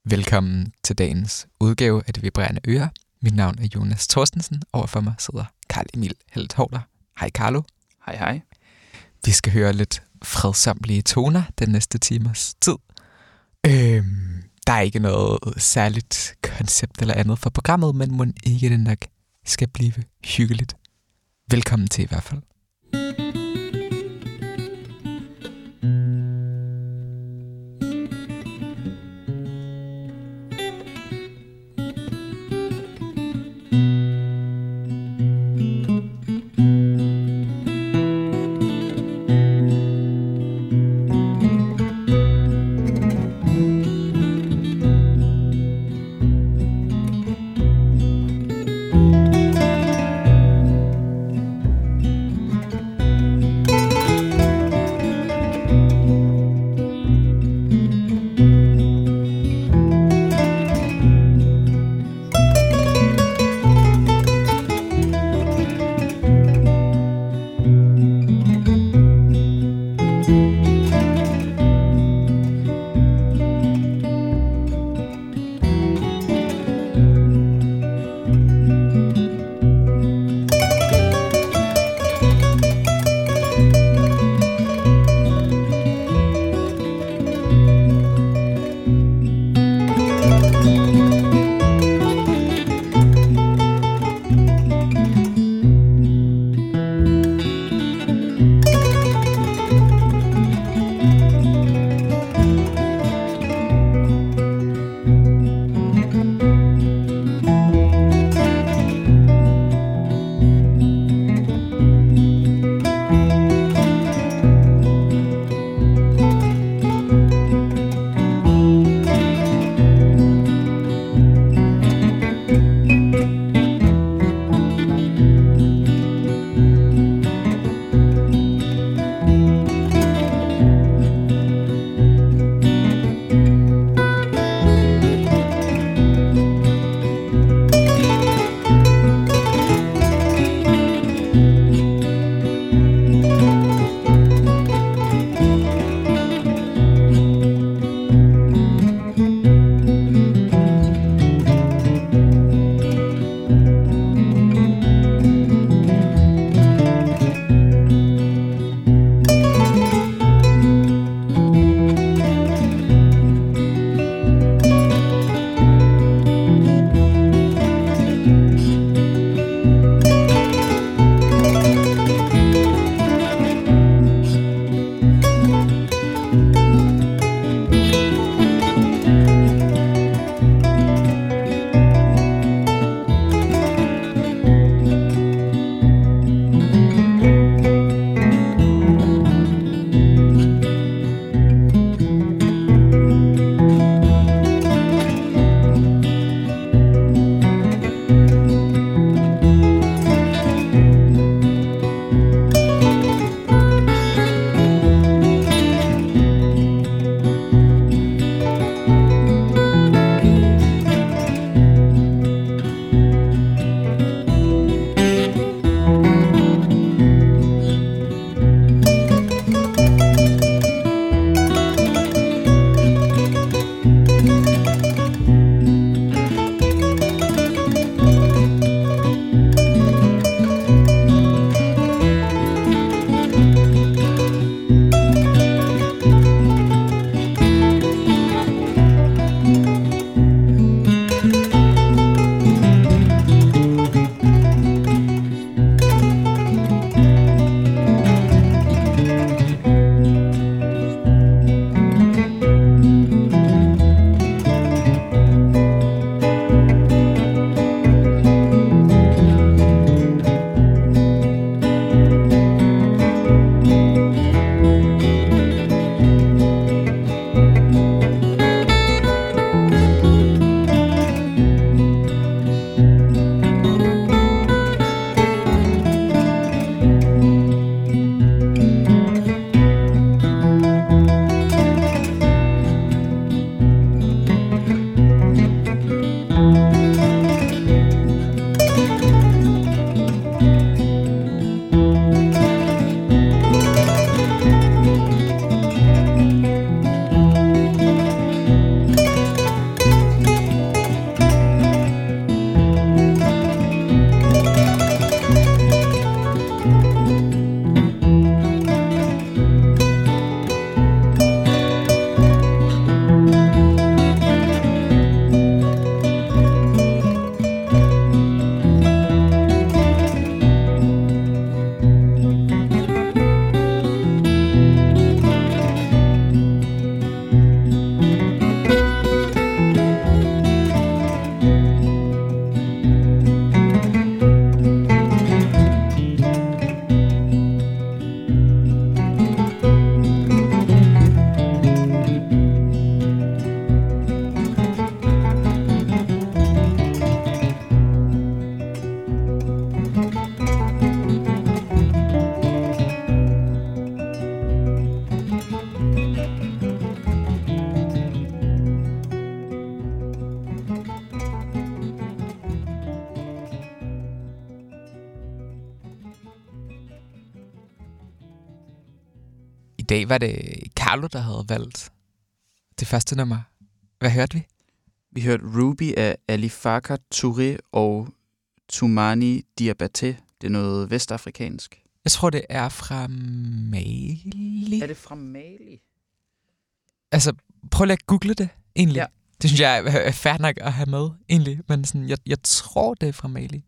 Velkommen til dagens udgave af Det Vibrerende Øre. Mit navn er Jonas Thorstensen. Overfor mig sidder Carl Emil Heltholder. Hej Carlo. Hej hej. Vi skal høre lidt fredsomlige toner den næste timers tid. Der er ikke noget særligt koncept eller andet for programmet, men må ikke det nok skal blive hyggeligt. Velkommen til i hvert fald. I dag var det Carlo, der havde valgt det første nummer. Hvad hørte vi? Vi hørte Ruby af Ali Farka Touré og Toumani Diabaté. Det er noget vestafrikansk. Jeg tror, det er fra Mali. Er det fra Mali? Altså, prøv lige at google det, egentlig. Ja. Det synes jeg er fair nok at have med, egentlig. Men sådan, jeg tror, det er fra Mali.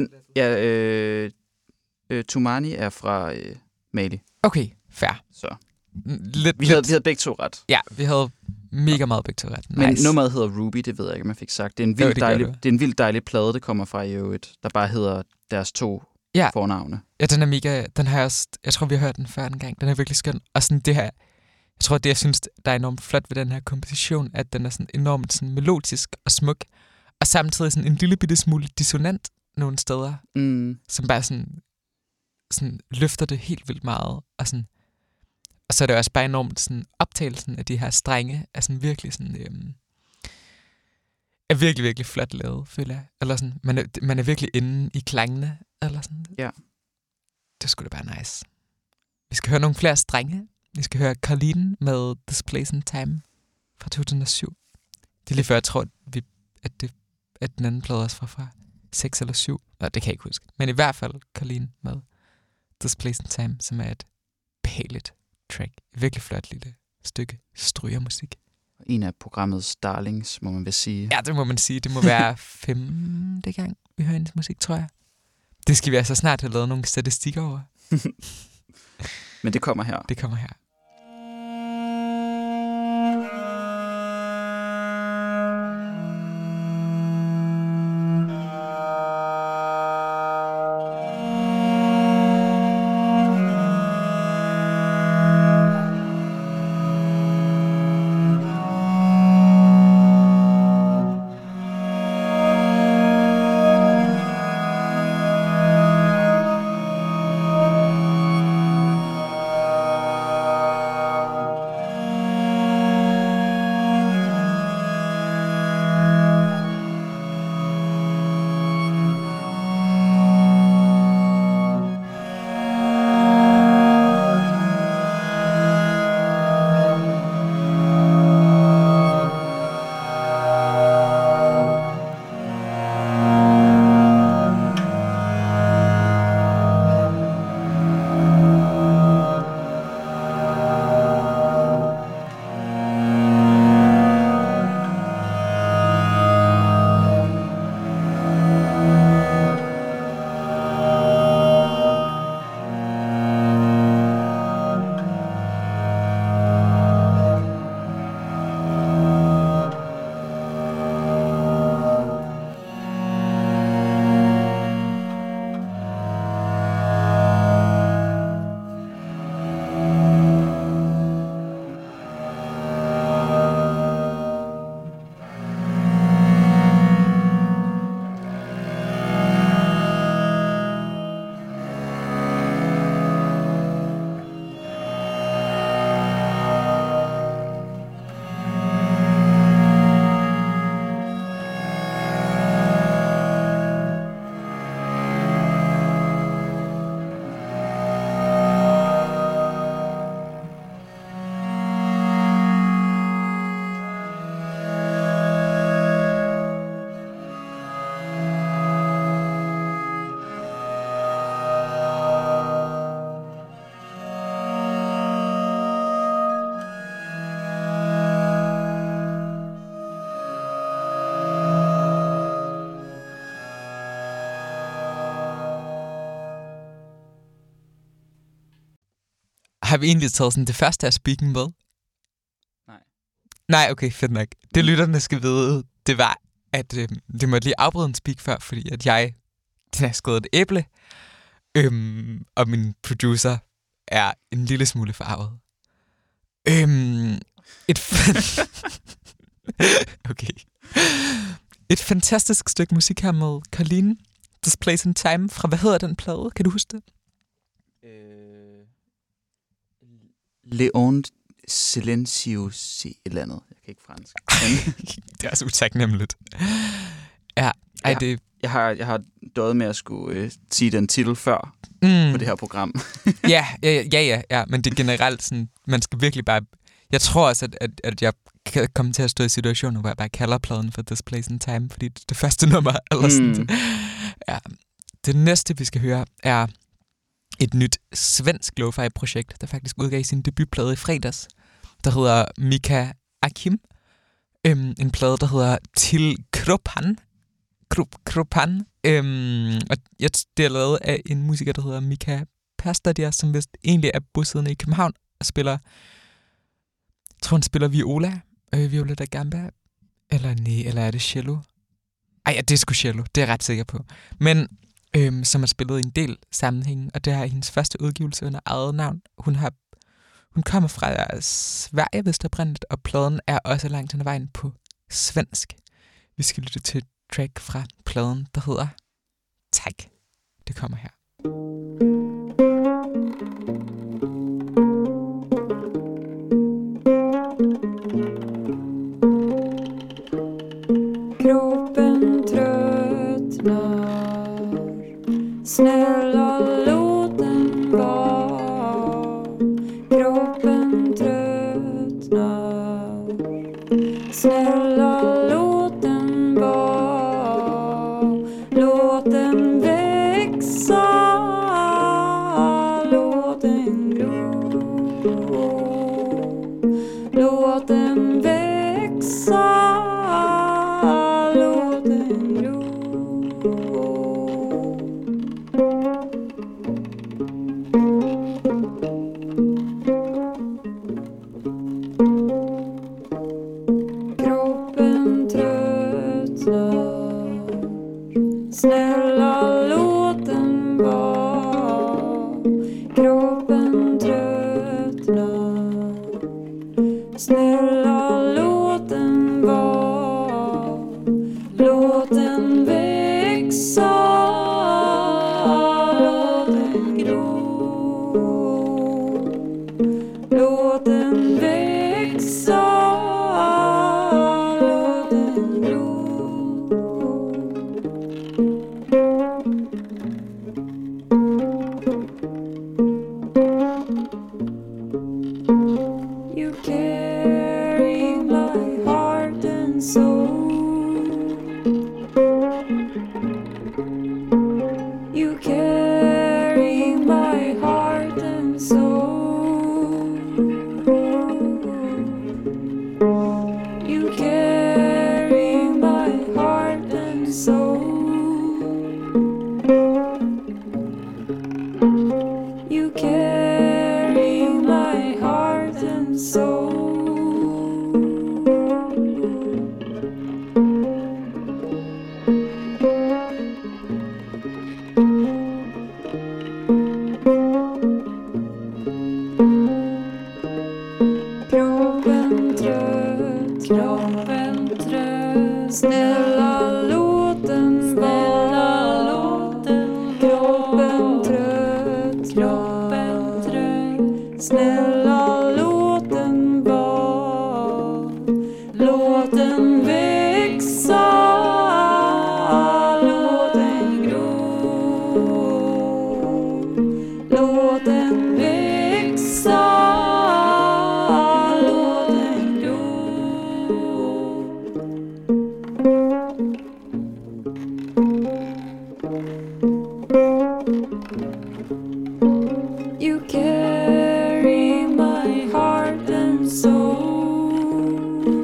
Toumani er fra Mali. Okay, fair. Så. Vi havde begge to ret. Ja, vi havde mega meget begge to ret. Nice. Men nummeret hedder Ruby, det ved jeg ikke, om jeg fik sagt. Det er en vildt dejlig plade, det kommer fra i øvrigt, der bare hedder deres 2 fornavne. Ja, den er mega, den har jeg tror, vi har hørt den før en gang. Den er virkelig skøn. Og sådan det her, jeg tror, det jeg synes, der er enormt flot ved den her komposition, at den er sådan enormt sådan melodisk og smuk, og samtidig sådan en lille bitte smule dissonant nogle steder, som bare sådan løfter det helt vildt meget. Og så er det også bare enormt sådan optagelsen af de her strenge, er sådan virkelig sådan, er virkelig, virkelig flot lavet, føler jeg. Eller sådan, man er virkelig inde i klangene, eller sådan. Ja. Det skulle da bare nice. Vi skal høre nogle flere strenge. Vi skal høre Carlene med This Place and Time fra 2007. Det er lige før, jeg tror, at den anden plade også fra 6 eller 7. Nå, det kan jeg ikke huske. Men i hvert fald Carlene med This Place and Time, som er et behageligt track. Et virkelig flot lille stykke strygermusik. En af programmets darlings, må man vel sige. Ja, det må man sige. Det må være 5. gang, vi hører hendes musik, tror jeg. Det skal vi altså snart have lavet nogle statistikker over. Men det kommer her. Det kommer her. Har vi egentlig taget sådan det første af speaking med? Nej, okay, fedt nok. Det lytterne skal vide, det var, at det måtte lige afbryde en speak før, fordi at den har skåret et æble, og min producer er en lille smule forarvet. Okay. Et fantastisk stykke musik her med Carlene, This Place and Time, fra hvad hedder den plade? Kan du huske det? Leon Silencieux eller andet. Jeg kan ikke fransk. Det er også utaknemmeligt. Ja, det... Jeg har døjet med at skulle sige den titel før, på det her program. ja, men det er generelt sådan, man skal virkelig bare... Jeg tror også, at jeg kan komme til at stå i situationer, hvor jeg bare kalder pladen for This Place in Time, fordi det er det første nummer. Eller sådan. Ja. Det næste, vi skal høre, er et nyt svensk lo-fi-projekt, der faktisk udgav sin debutplade i fredags, der hedder Mika Akim. En plade, der hedder Till Kropan. Og det er lavet af en musiker, der hedder Mika Pastadia, som vist egentlig er bosiddende i København og spiller... Jeg tror, han spiller viola. Viola da Gamba. Eller er det cello? Ej, ja, det er sgu cello. Det er jeg ret sikker på. Men som har spillet i en del sammenhænge, og det er hendes første udgivelse under eget navn. Hun kommer fra Sverige, vist oprindeligt, og pladen er også langt hen ad vejen på svensk. Vi skal lytte til et track fra pladen, der hedder Tak. Det kommer her. Kroppen tröttnar. Snälla låt den vara. Kroppen tröttnar. Snälla låt den vara. Låt den växa. Låt den gro. Låt den växa. Snälla låt den vara. Kroppen tröttnar. Snälla låt den vara. Låt den växa. Låt den gro. Låt den växa. Låt den gro. You carry my heart and soul. You carry my heart and soul. You carry my heart and soul. You carry my heart and soul. Kroppen trött, kroppen trött. Snälla låt den vara. Kroppen trött, kroppen trött. Snälla låt den vara. Låt den växa. Låt den gro. Låt den växa. Låt den gro. You carry my heart and soul.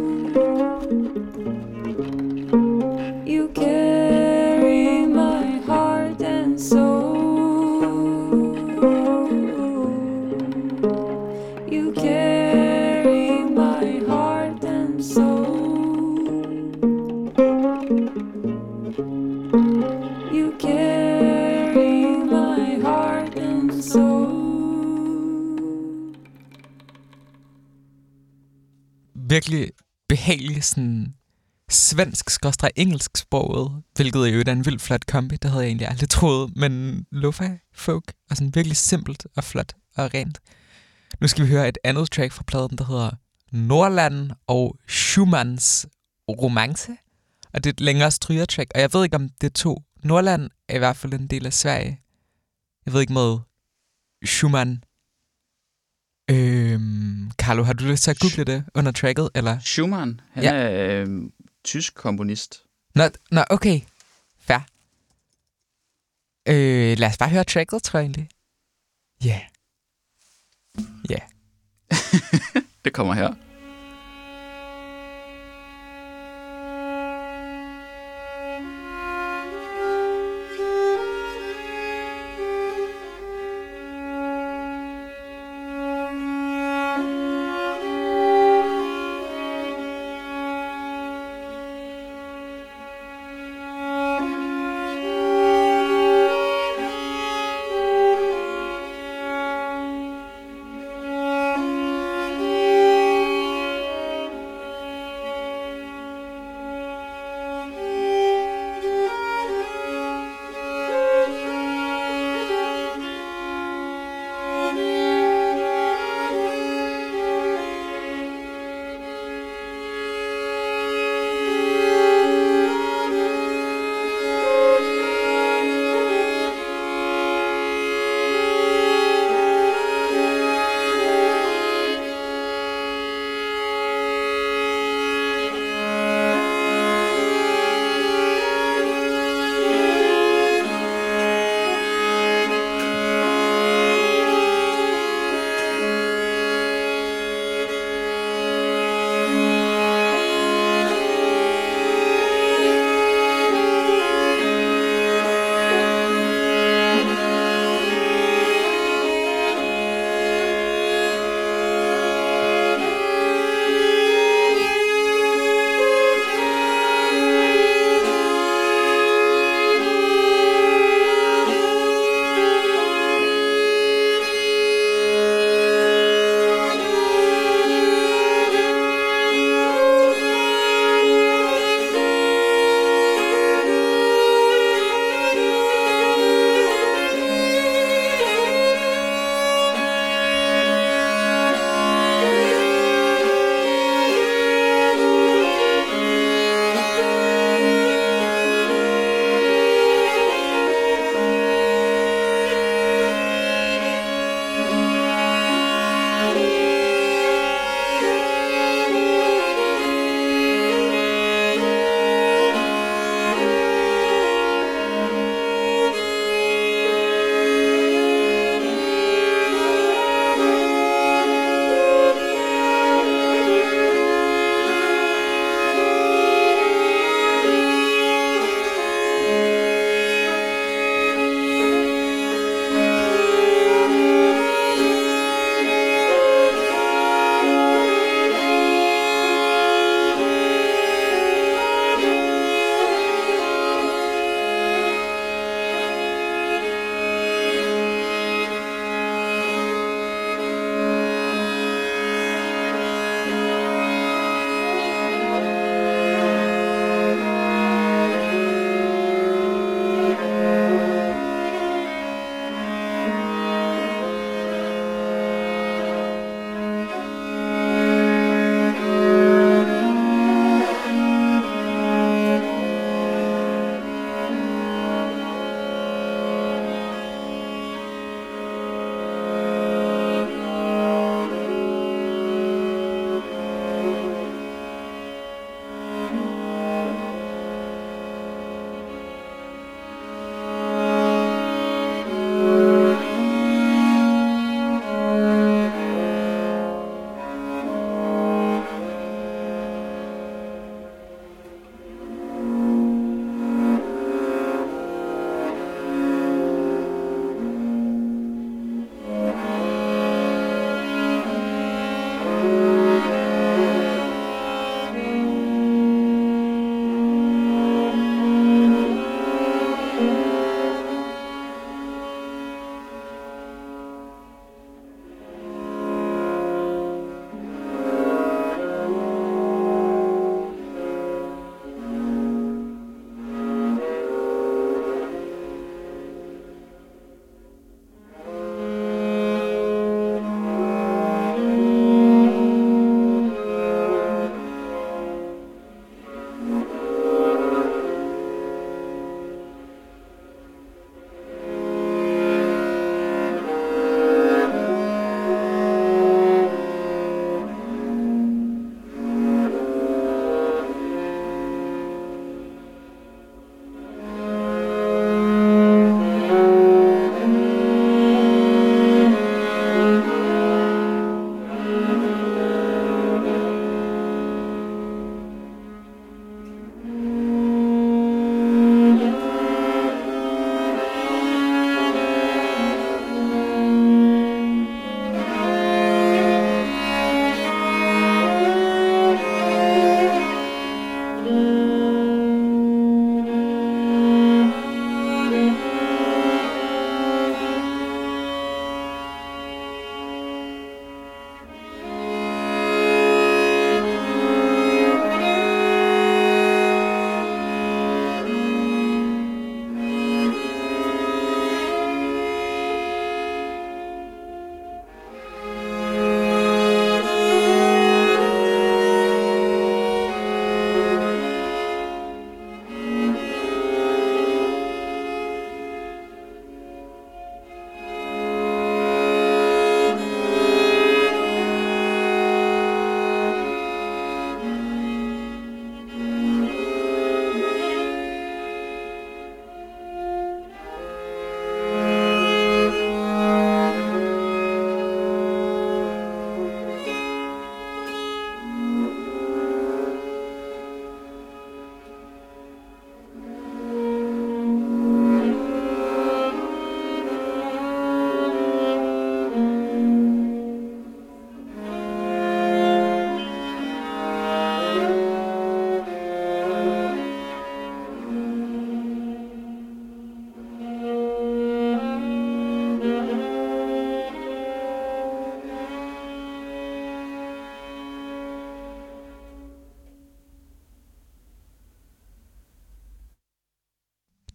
You carry my heart and soul. You carry my heart and soul. You carry my heart and soul. Virkelig behagelig sådan svensk-engelsk sproget, hvilket jo er en vildt flot kombi, det havde jeg egentlig aldrig troet, men lo-fi folk og sådan virkelig simpelt og flot og rent. Nu skal vi høre et andet track fra pladen, der hedder Norrland og Schumanns Romance, og det er et længere strygertrack, og jeg ved ikke om det er to. Norrland er i hvert fald en del af Sverige. Jeg ved ikke med Schumann. Carlo, har du lyst til at google det under tracket, eller? Schumann, han Ja. er tysk komponist. Nå, okay. Fair. Lad os bare høre tracket, tror jeg egentlig. Ja. Ja. Det kommer her.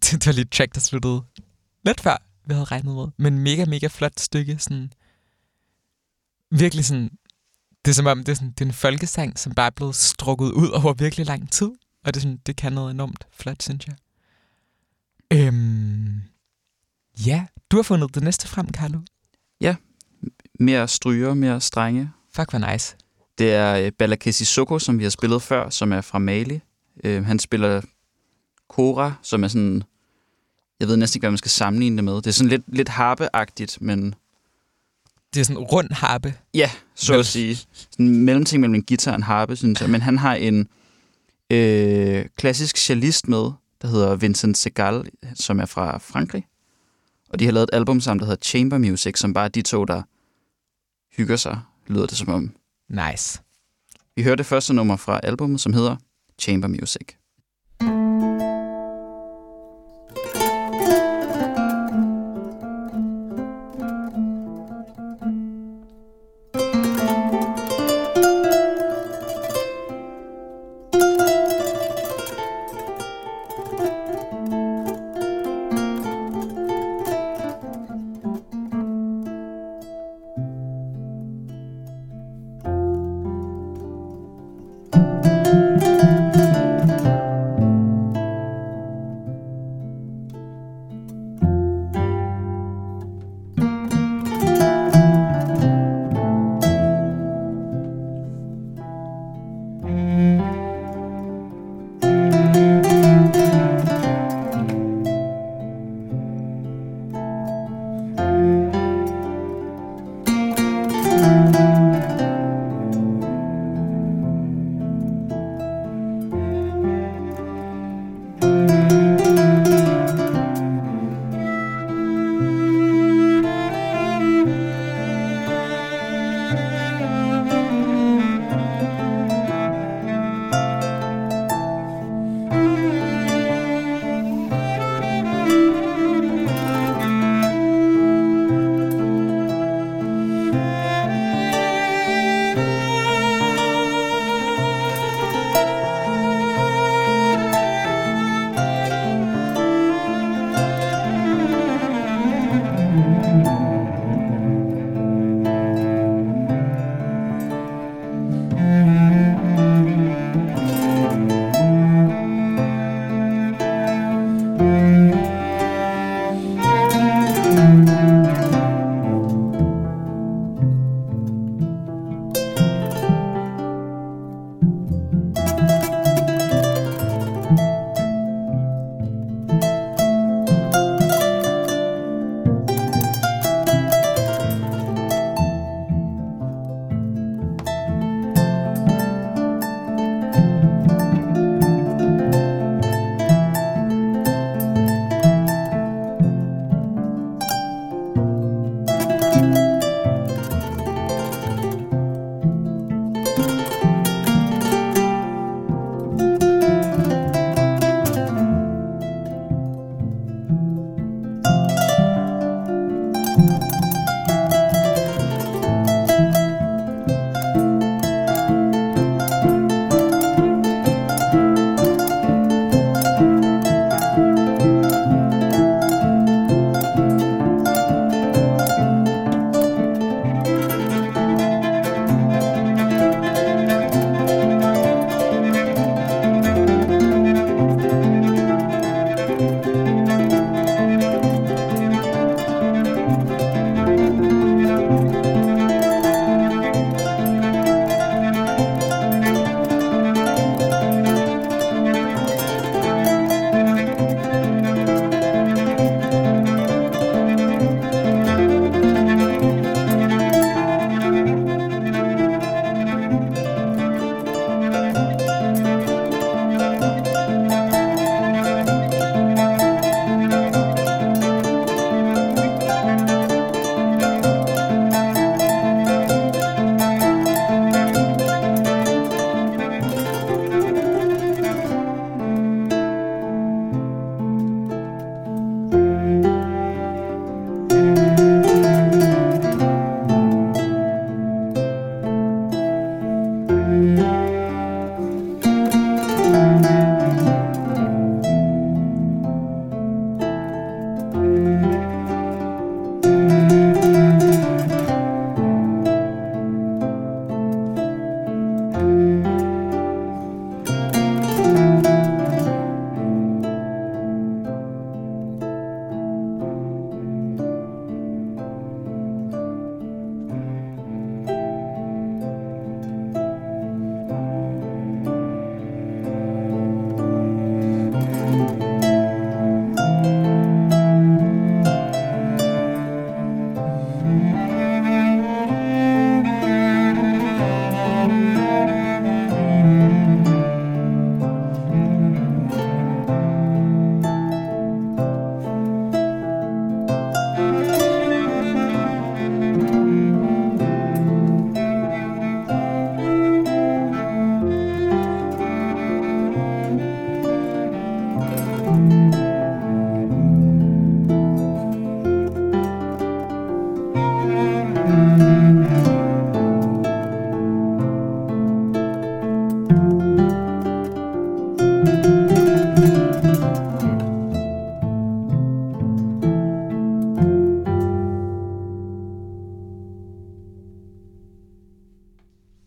det var lige et track, der sluttede lidt før, vi havde regnet med. Men mega, mega flot stykke. Sådan, virkelig sådan, det er som om, det er en folkesang, som bare er blevet strukket ud over virkelig lang tid. Og det kan noget enormt flot, synes jeg. Ja, du har fundet det næste frem, Carlo. Ja, mere stryger, mere strenge. Fuck, hvor nice. Det er Bala Sissoko, som vi har spillet før, som er fra Mali. Han spiller kora, som er sådan... Jeg ved næsten ikke, hvad man skal sammenligne det med. Det er sådan lidt harpeagtigt, men... Det er sådan en rund harpe. Ja, så at sige. Sådan en mellemting mellem en guitar og en harpe, synes jeg. Men han har en klassisk cellist med, der hedder Vincent Segal, som er fra Frankrig. Og de har lavet et album sammen, der hedder Chamber Music, som bare er de to, der hygger sig, lyder det som om. Nice. Vi hører det første nummer fra albumet, som hedder Chamber Music.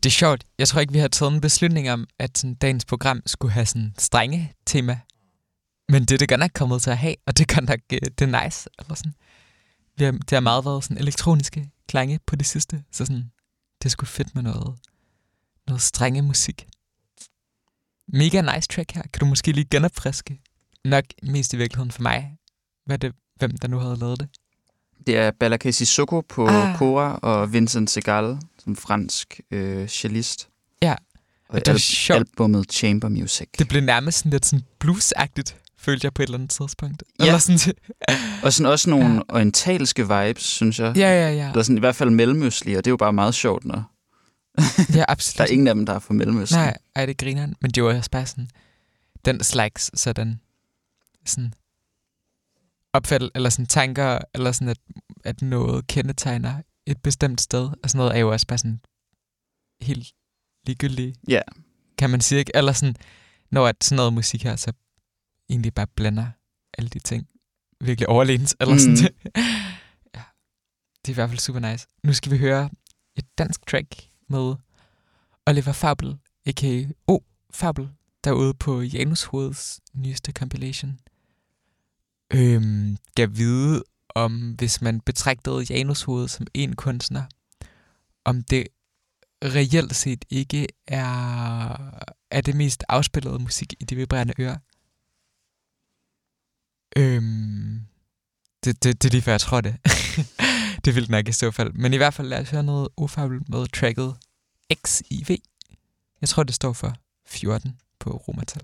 Det er sjovt. Jeg tror ikke, vi har taget en beslutning om, at sådan, dagens program skulle have sådan strenge tema. Men det er det godt nok kommet til at have, og det er godt nok det er nice. Eller sådan. Det har meget været sådan elektroniske klange på det sidste, så sådan, det er sgu fedt med noget strenge musik. Mega nice track her. Kan du måske lige genopfriske? Nok mest i virkeligheden for mig. Hvem der nu havde lavet det? Det er Bala Sissoko på kora og Vincent Segal, som fransk cellist. Ja. Og det er sjovt. Albummet Chamber Music. Det blev nærmest sådan lidt sådan bluesagtigt, følte jeg på et eller andet tidspunkt. Ja. Eller sådan Og sådan også nogle orientalske vibes, synes jeg. Ja. Eller sådan i hvert fald mellemøstlige, og det er jo bare meget sjovt, når ja, absolut. der er ingen af dem, der er fra Mellemøsten. Nej, det griner han. Men det var også bare sådan, den slags sådan opfattelse, eller sådan tanker, eller sådan, at noget kendetegner et bestemt sted, og sådan noget er jo også bare sådan helt ligegyldigt. Ja. Kan man sige, ikke? Eller sådan, når at sådan noget musik her, så egentlig bare blander alle de ting virkelig overlegent, eller sådan det. Ja, det er i hvert fald super nice. Nu skal vi høre et dansk track med Oliver Fabel, a.k.a. Fabel, derude på Janus Hovedets nyeste compilation. Jeg vide, om hvis man betragtede Janus Hoved som en kunstner, om det reelt set ikke er det mest afspillede musik i de vibrerende ører. Det er lige før jeg tror det. Det vil nok i så fald. Men i hvert fald lad os høre noget Ofabel med tracket XIV. Jeg tror det står for 14 på romertal.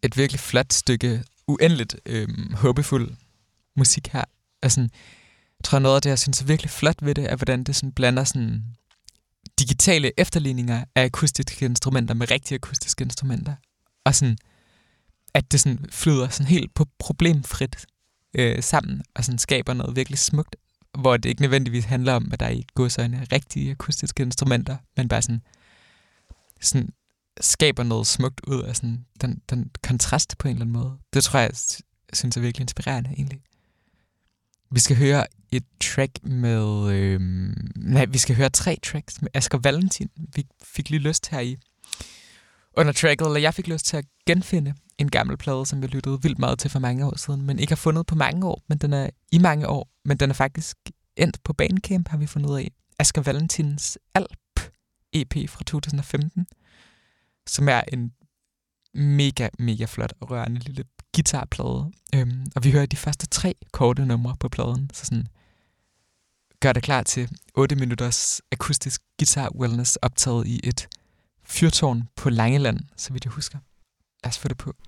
et virkelig flot stykke, uendeligt håbefuld musik her. Altså, jeg tror, noget af det, jeg synes er virkelig flot ved det, er, hvordan det sådan blander sådan digitale efterligninger af akustiske instrumenter med rigtige akustiske instrumenter. Og sådan, at det sådan flyder sådan helt problemfrit sammen, og sådan skaber noget virkelig smukt, hvor det ikke nødvendigvis handler om, at der i godsøjne er rigtige akustiske instrumenter, men bare sådan skaber noget smukt ud af sådan den kontrast på en eller anden måde. Det tror jeg synes er virkelig inspirerende, egentlig. Vi skal høre et track med... vi skal høre 3 tracks med Asger Valentin. Vi fik lige lyst her under tracket, eller jeg fik lyst til at genfinde en gammel plade, som jeg lyttede vildt meget til for mange år siden, men ikke har fundet på mange år, men den er i mange år, men den er faktisk endt på Bandcamp, har vi fundet ud af. Asger Valentins Alp EP fra 2015, som er en mega, mega flot og rørende lille guitarplade. Og vi hører de første 3 korte numre på pladen, så sådan gør det klar til 8 minutters akustisk guitar wellness optaget i et fyrtårn på Langeland, så vidt jeg husker. Lad os få det på.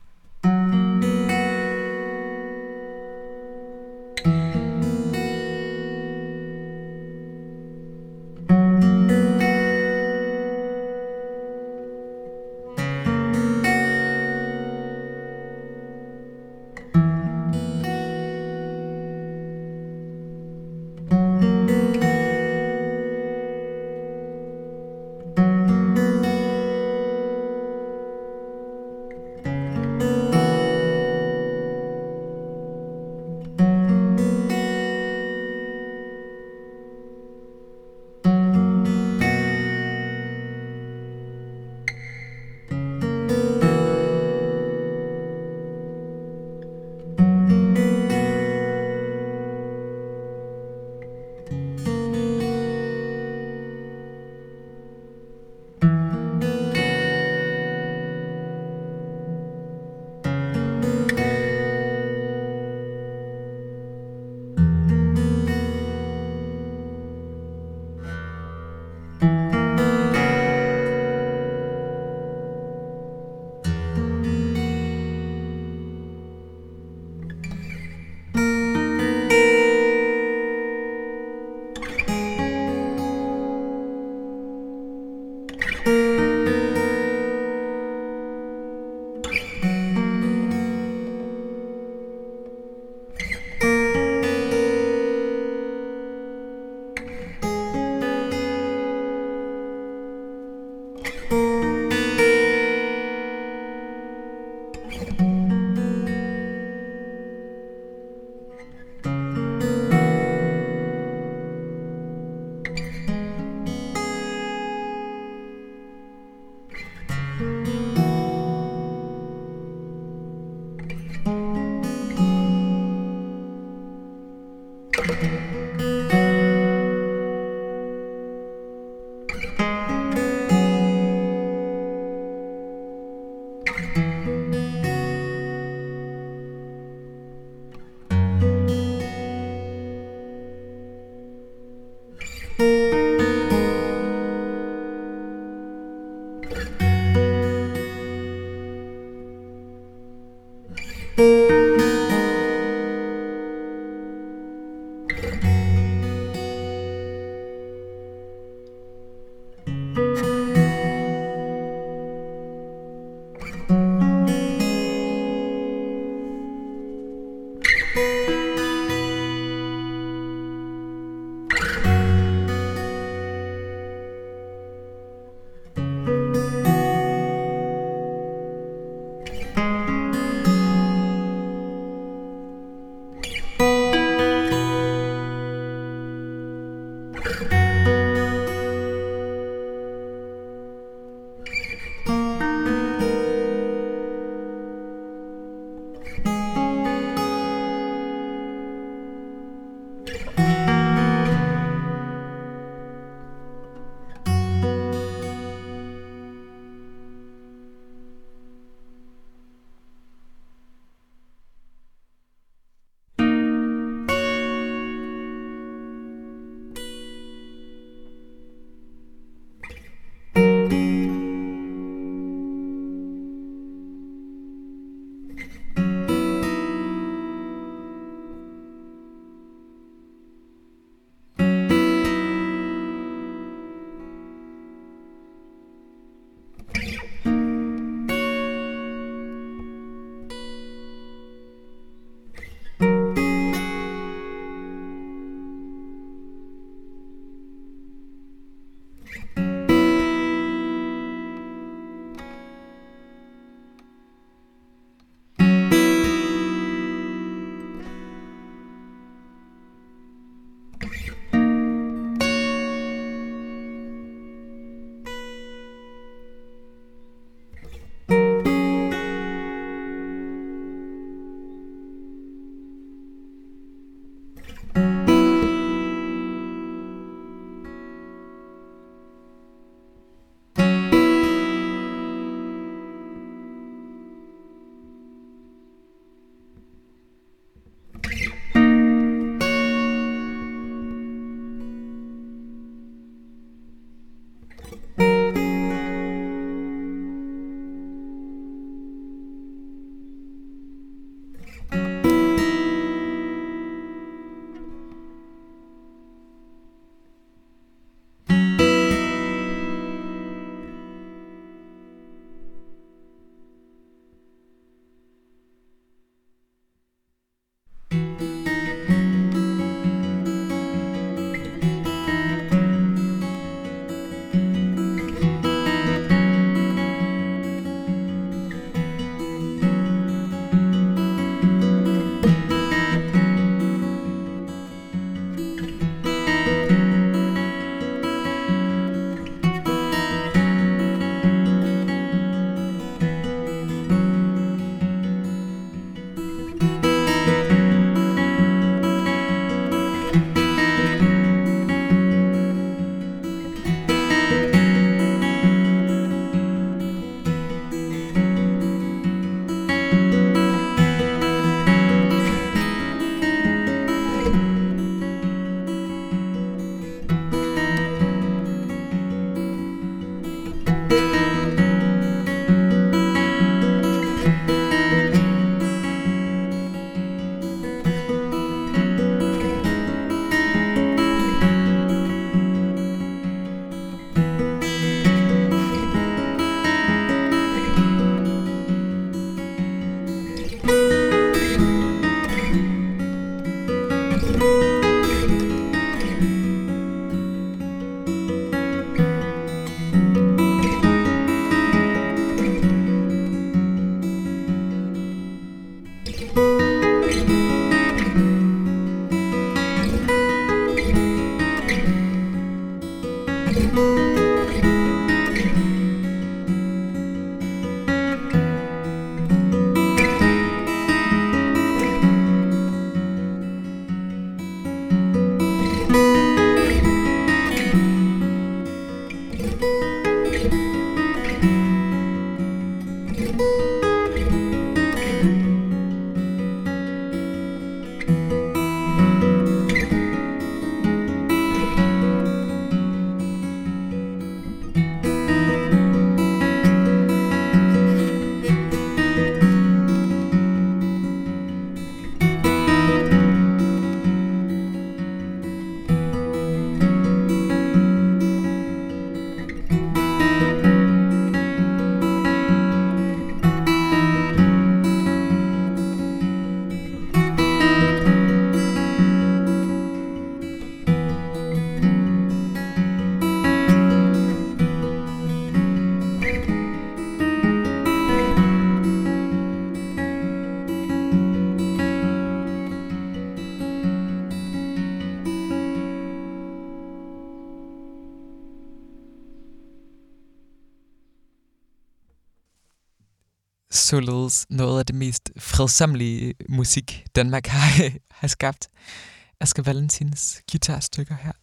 således noget af det mest fredsomlige musik, Danmark har skabt. Asger Valentins guitarstykker her.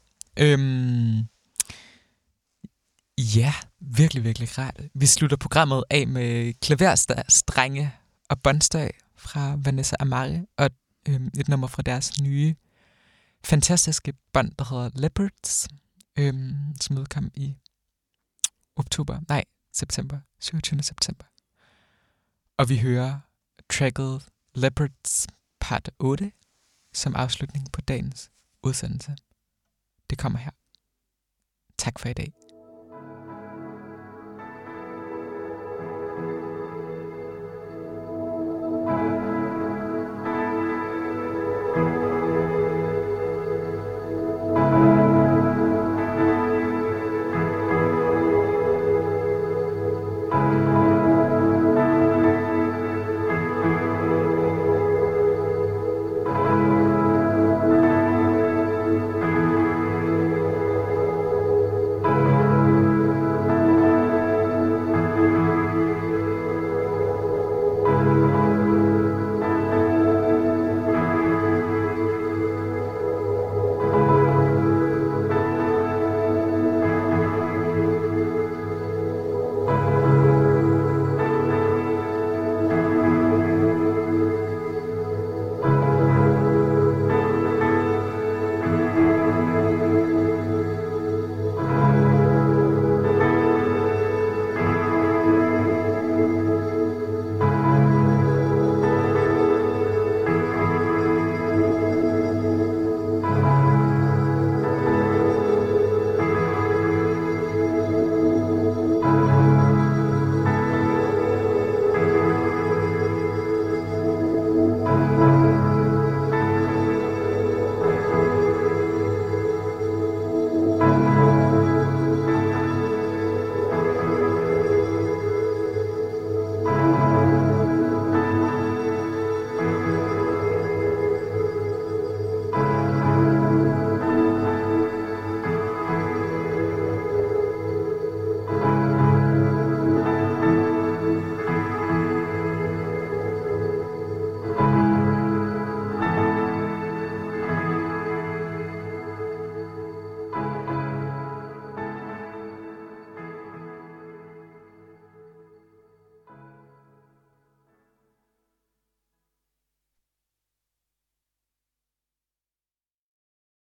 Ja, virkelig, virkelig rart. Vi slutter programmet af med klaverstrenge og båndstøj fra Vanessa Amari, og et nummer fra deres nye fantastiske bånd, der hedder Leopards, som udkom i september, 27. september. Og vi hører tracket Leopards part 8 som afslutning på dagens udsendelse. Det kommer her. Tak for i dag.